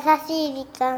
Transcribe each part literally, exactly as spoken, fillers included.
しい時間。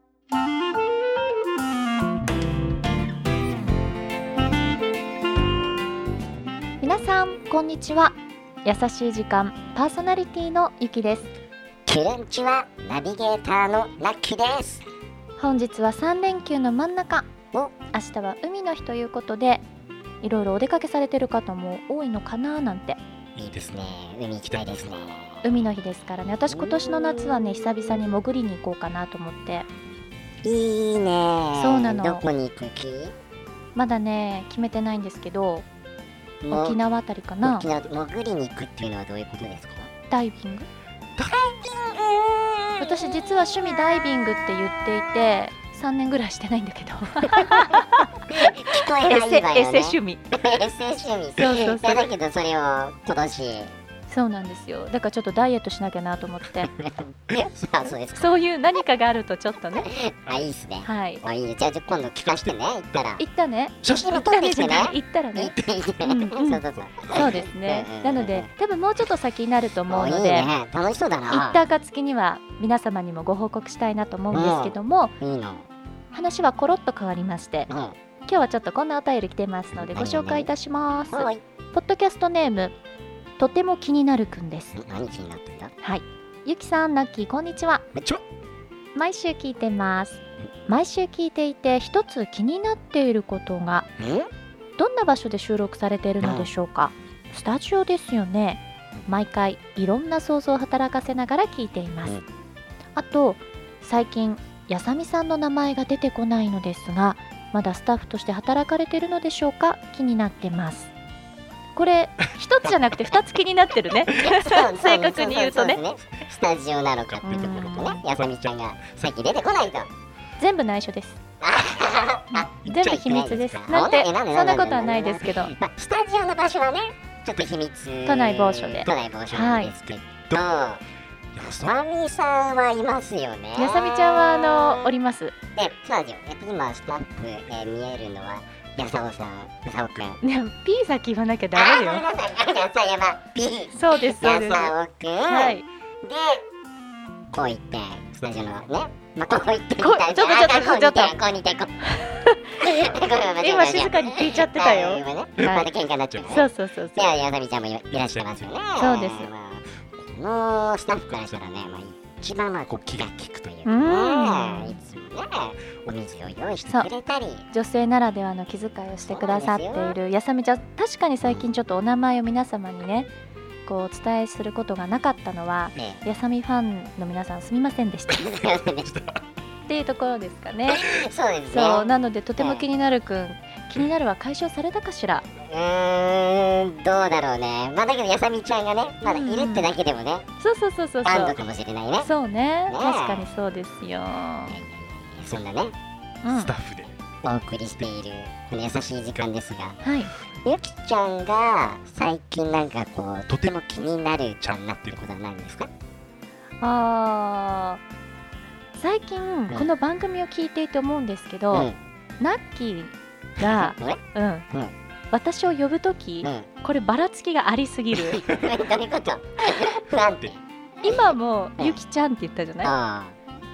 皆さんこんにちは。優しい時間パーソナリティのゆきです。 キュレンチはナビゲーターのラッキーです。 本日はさん連休の真ん中、 お明日は海の日ということで、いろいろお出かけされてる方も多いのかななんて。 いいですね、海行きたいですね。 海の日ですからね。私今年の夏はね、久々に潜りに行こうかなと思って。 いいね。 そうなの。 どこに行く気？ まだね決めてないんですけど、 も沖縄あたりかな。 沖縄潜りに行くっていうのはどういうことですか？ ダイビング。 ダイビング。 私実は趣味ダイビングって言っていてさんねんぐらいしてないんだけど聞こえないわよね。 エセ趣味エセ趣味。 そうそうそう。 だけどそれを今年。 そうなんですよ。だからちょっとダイエットしなきゃなと思ってあ、そうですか。 そういう何かがあるとちょっとね。 あ、いいっすね。 はい。 あ、いいね。じゃあ今度聞かしてね。行ったら行ったね。 写真も撮ってきてね。 行ったらね。 行ってうんうんそうそうそう。 そうですね。なので多分もうちょっと先になると思うので、 いいね、楽しそうだな。 行った暁には皆様にもご報告したいなと思うんですけども、 いいの。 話はコロッと変わりまして、 うん、 今日はちょっとこんなお便り来てますのでご紹介いたします。 はい。 ポッドキャストネームとても気になるくんです。 何気になってんだ？ はい。ゆきさん、ナッキー、こんにちは。 めっちゃ毎週聞いてます。毎週聞いていて一つ気になっていることが、どんな場所で収録されているのでしょうか？スタジオですよね。毎回いろんな想像を働かせながら聞いています。 うん、 あと最近やさみさんの名前が出てこないのですが、まだスタッフとして働かれているのでしょうか？気になってます。これ一つじゃなくて二つ気になってるね正確に言うとね。 スタジオなのかっていうところとね、やさみちゃんが最近出てこないと。 全部内緒です。全部秘密です。なんてそんなことはないですけど、 まあ、スタジオの場所はねちょっと秘密。 都内某所で。 都内某所なんですけど、やさみさんはいますよね。 やさみちゃんはあのおります。 で、そうですよ。今スタッフ、えー、見えるのはやさおさん、やさおくん。 ね、P 先言わなきゃダメよ。 あ、ごめんなさい。やさやば P。 そうですそうです。 やさおくん。 はい。 で、こう言ってスタジオのね、まあ、こう言ってみこたいちょっとちょっとちょっとこう似てこう。 今静かに聞いちゃってたよ。 今ね、また喧嘩になっちゃうね。 そうそうそうそう。 で、やさみちゃんもいらっしゃいますよね。 そうです。 まあ、このスタッフからしたらね、まあ一番まあこう気が利くというかね、いつもねお水を用意してくれたり、 女性ならではの気遣いをしてくださっているやさみちゃん。確かに最近ちょっとお名前を皆様にねこうお伝えすることがなかったのは、ね、やさみファンの皆さんすみませんでしたっていうところですかね。 そうですね。 そうなのでとても気になるくん、気になるは解消されたかしら。 うーん、どうだろうね。まあだけどやさみちゃんがねまだいるってだけでもね、 うん、そうそうそうそうそう、 安堵かもしれないね。 そうね、 ね、 確かにそうですよ。いやいやいや、 そんなね、 うん、 スタッフでお送りしているこの優しい時間ですが、 はい、 ゆきちゃんが最近なんかこうとても気になるちゃんになってることはないんですか？ あー、最近この番組を聞いていて思うんですけど、うん、ナッキーが、うんうん、私を呼ぶとき、うん、こればらつきがありすぎる。 どういうこと不安定。 今もゆきちゃんって言ったじゃない、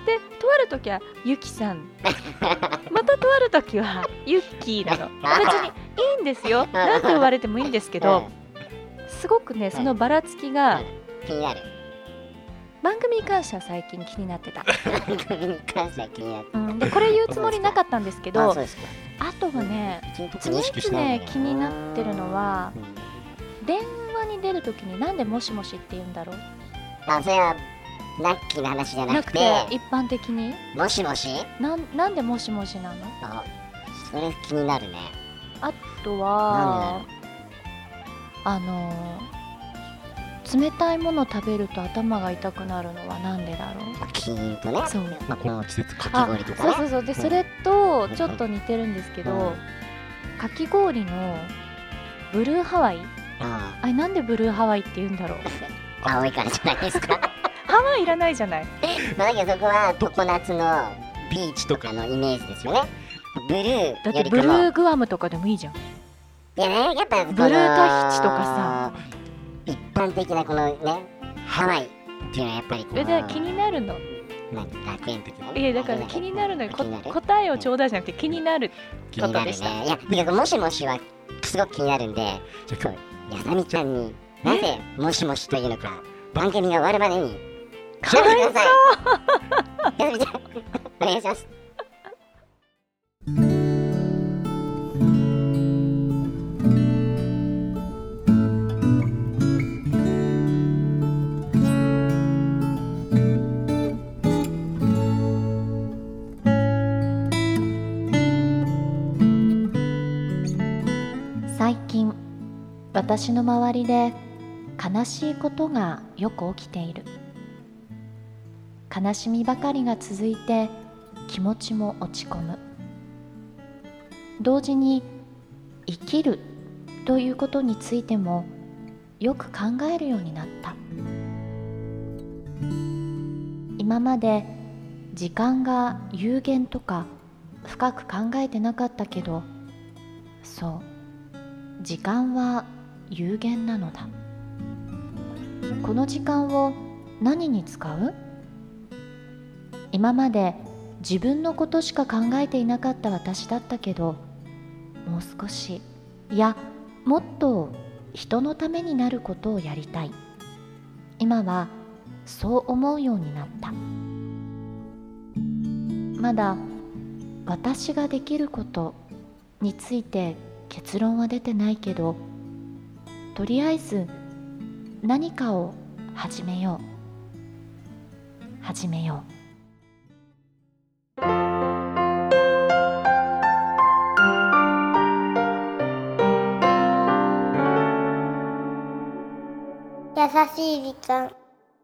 で、とあるときはゆきさんまたとあるときはゆっきーなの。別にいいんですよ、なんて言われてもいいんですけど、すごくねそのばらつきが気になる。 番組に関しては最近気になってた。 番組に関しては気になってた、うん、 でこれ言うつもりなかったんですけど、あとはね常々気になってるのは、うん、電話に出るときになんでもしもしって言うんだろう。 あ、それはラッキーな話じゃなくて一般的にもしもし な, なんでもしもしなの？ あ、それ気になるね。 あとはあの冷たいもの食べると頭が痛くなるのはなんでだろう。 キーンとね。 そう、 まあ、この季節かき氷とかね。 そうそうそうで、うん、それとちょっと似てるんですけど、うん、かき氷のブルーハワイ、ああれなんでブルーハワイって言うんだろう。 青いからじゃないですか。 ハワイいらないじゃない。 まあだけどそこは常夏のビーチとかのイメージですよね。ブルーよりかも。 だってブルーグアムとかでもいいじゃん。 いやね、やっぱブルータヒチとかさ、 一般的なこのねハワイっていうのはやっぱりこうそれで気になるの。 何楽園的な。 いやだから気になるのよ。 気になる答えをちょうだいじゃなくて気になる気になることでした。 ね。いや、もしもしはすごく気になるんで、ちょっとやさみちゃんになぜもしもしというのか番組が終わるまでにかわいそう。 やさみちゃんお願いします。 最近私の周りで悲しいことがよく起きている。悲しみばかりが続いて気持ちも落ち込む。同時に生きるということについてもよく考えるようになった。今まで時間が有限とか深く考えてなかったけど、そう時間は有限なのだ。この時間を何に使う？今まで自分のことしか考えていなかった私だったけど、もう少し、いやもっと人のためになることをやりたい。今はそう思うようになった。まだ私ができることについて結論は出てないけど、とりあえず何かを始めよう始めよう。 優しい時間。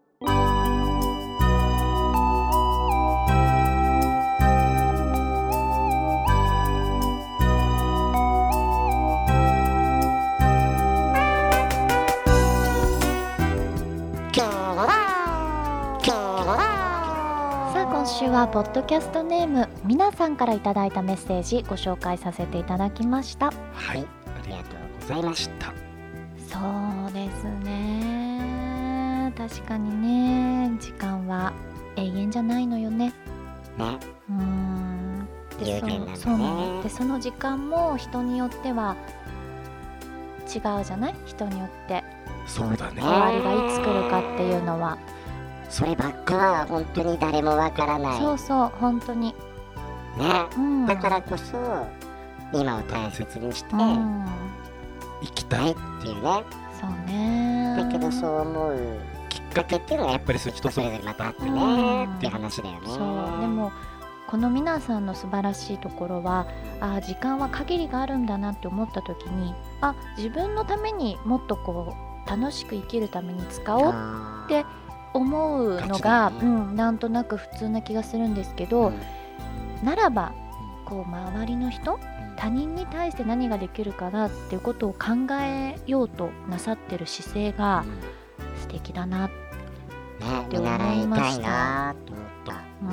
今週はポッドキャストネームみなさんからいただいたメッセージご紹介させていただきました。 はい、ありがとうございました。 そうですね、確かにね、時間は永遠じゃないのよね。 ね、 うーんで有限なんだね。 そうそうでその時間も人によっては違うじゃない。人によってそうだね。 終わりがいつ来るかっていうのは、 そればっかは本当に誰もわからない。 そうそう本当にね、 うん、 だからこそ今を大切にしてうん、 生きたいっていうね。 そうね。 だけどそう思うきっかけっていうのはやっぱりそう人それぞれまたあってね、 うん、 っていう話だよね。 そうでもこの皆さんの素晴らしいところは、あ時間は限りがあるんだなって思った時に、あ自分のためにもっとこう楽しく生きるために使おうって思うのが、ね、うん、なんとなく普通な気がするんですけど、うん、ならばこう周りの人、他人に対して何ができるかなっていうことを考えようとなさってる姿勢が素敵だなって思いました。 ね、見習いたいなと思った。 うん、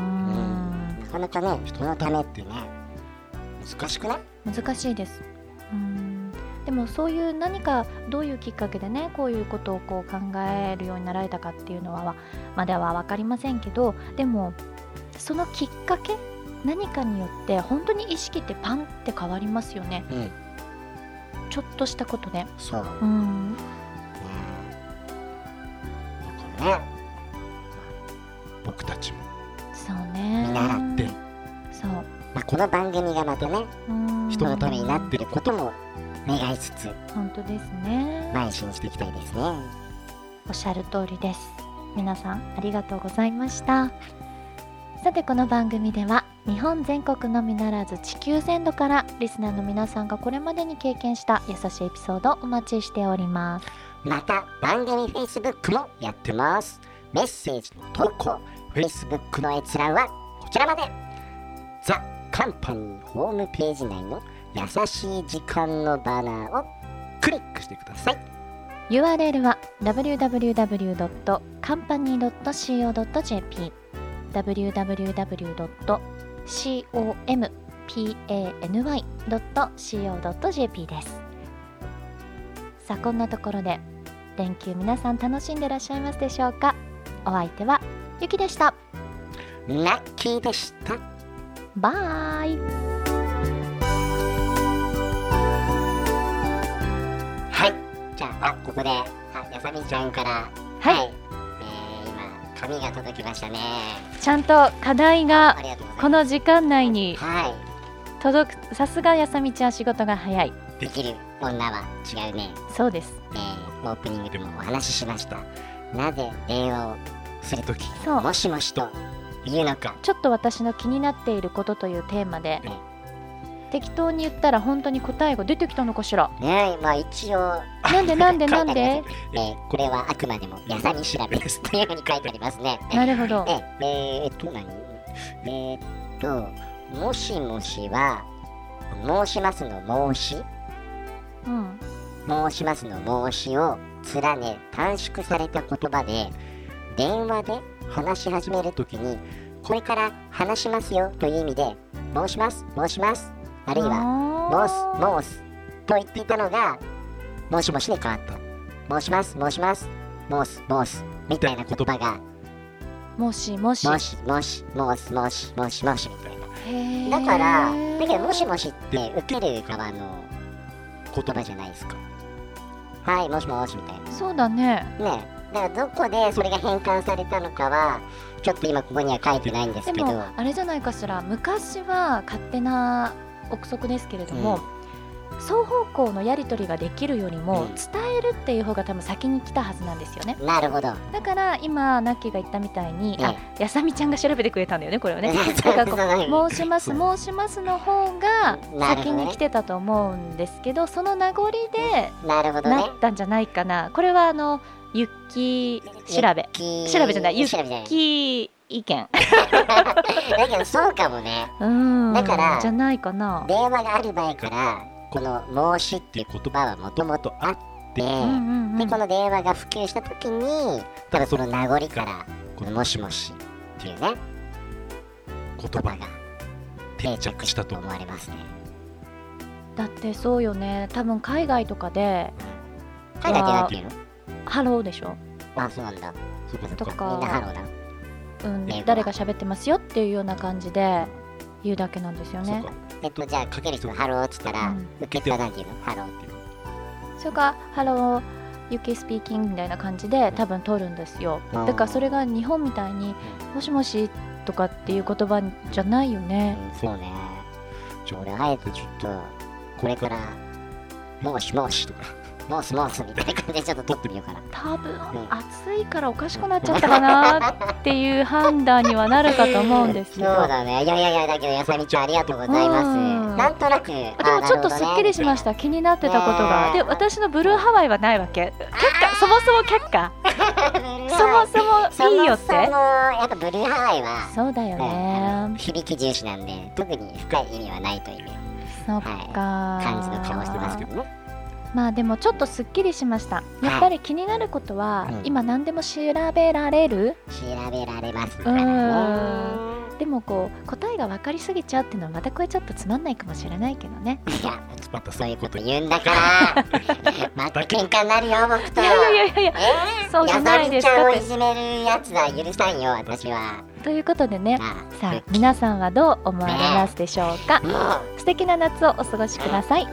なかなかね、人のためってね難しくない？ 難しいです。うん、でもそういう何かどういうきっかけでね、こういうことをこう考えるようになられたかっていうのはまだは分かりませんけど、でもそのきっかけ、何かによって本当に意識ってパンって変わりますよね、うん、ちょっとしたことで。 そう、 うん、ね、 だからね、僕たちもそうね、 見習って、 そう、 まあ、この番組がまたね、人のためになっていることも願いつつ、 本当ですね、 邁進していきたいですね。 おっしゃる通りです。皆さんありがとうございました。さてこの番組では日本全国のみならず地球全土からリスナーの皆さんがこれまでに経験した優しいエピソードをお待ちしております。 また番組 Facebook もやってます。メッセージの投稿、Facebook の閲覧はこちらまで。ザ・カンパニーホームページ内の優しい時間のバナーをクリックしてください。 ユーアールエル は ダブリューダブリューダブリュードットカンパニードットシーオードットジェーピー ダブリューダブリューダブリュードットカンパニードットシーオードットジェーピー です。さあこんなところで連休皆さん楽しんでいらっしゃいますでしょうか。お相手はゆきでした。 ナッキーでした。 バイ。 はい、じゃあ、あ、ここで、あ、やさみちゃんから、 はい、 はい、えー、今、紙が届きましたね。 ちゃんと課題がこの時間内に届く。さすがやさみちゃん、仕事が早い。 できる女は違うね。 そうです、 えー、オープニングでもお話ししました。なぜ電話をするとき、もしもしと言うのか。 ちょっと私の気になっていることというテーマで、ね、適当に言ったら本当に答えが出てきたのかしら。 ねえ、まあ一応なんでなんでなんで、 えー、これはあくまでもやさみ調べですというふうに書いてありますね。 なるほど。 えー、えー、っと何えー、っともしもしは申しますの申し、 うん、 申しますの申しを連ね短縮された言葉で、電話で話し始めるときにこれから話しますよという意味で申します申します、あるいは申す申すと言っていたのがもしもしに変わった。申します申します申す申すみたいな言葉がもしもしもしもし申す申しもしもしみたいな。だからだけどもしもしって受ける側の言葉じゃないですか。はい、もしもしみたいな。 そうだね。 ねえ、だからどこでそれが変換されたのかはちょっと今ここには書いてないんですけど。 でもあれじゃないかしら、昔は勝手な憶測ですけれども、うん、双方向のやり取りができるよりも、うん、伝えるっていう方が多分先に来たはずなんですよね。 なるほど。だから今ナッキーが言ったみたいに、ね、あ、やさみちゃんが調べてくれたんだよね、これはね。だからこう申します申しますの方が先に来てたと思うんですけど、その名残でなったんじゃないかな。これはあのユッキー調べ調べじゃないユッキー意見だけどそうかもね。 うん、 だからじゃないかな。 電話がある前からこの申しっていう言葉はもともとあって、うんうんうん、でこの電話が普及した時に多分その名残からこのもしもしっていうね言葉が定着したと思われますね。 だってそうよね、多分海外とかで海外ってなんていうの？ ハローでしょ。 あ、そうなんだ。そこそこ。 とかみんなハローだ。 うん、誰が喋ってますよっていうような感じで言うだけなんですよね。 えっとじゃあかける人がハローって言ったら、うん、受け手は何て言うの？ハローっていうの。 それがハローユキスピーキングみたいな感じで多分取るんですよ。だからそれが日本みたいにもしもしとかっていう言葉じゃないよね。 うん、そうね。じゃあ俺あえてちょっとこれからもしもしとかモースモースみたいな感じでちょっと撮ってみようかな。 多分、うん、暑いからおかしくなっちゃったかなっていう判断にはなるかと思うんですけど。 そうだね。いやいやいや、だけどやさみちゃんありがとうございます。なんとなくでもちょっとすっきりしました。気になってたことが。で、私のブルーハワイはないわけ。却下、そもそも却下そもそもいいよって。そもそもやっぱブルーハワイはそうだよね、 うん、響き重視なんで特に深い意味はないという、 そっか、 はい、感じの顔してますけどね。 まあでもちょっとすっきりしました。やっぱり気になることは、はい、今何でも調べられる調べられますからね。 でもこう答えが分かりすぎちゃうっていうのはまたこれちょっとつまんないかもしれないけどね。 いやまたそういうこと言うんだからまた喧嘩になるよ僕と。 いやいやいやいや、えー、そうじゃないですか。 やさみちゃんをいじめるやつは許さんよ私は。 ということでね、ああさあ皆さんはどう思われますでしょうか。ね、素敵な夏をお過ごしください。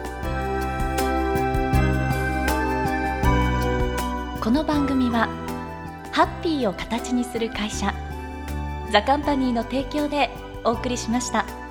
この番組はハッピーを形にする会社ザカンパニーの提供でお送りしました。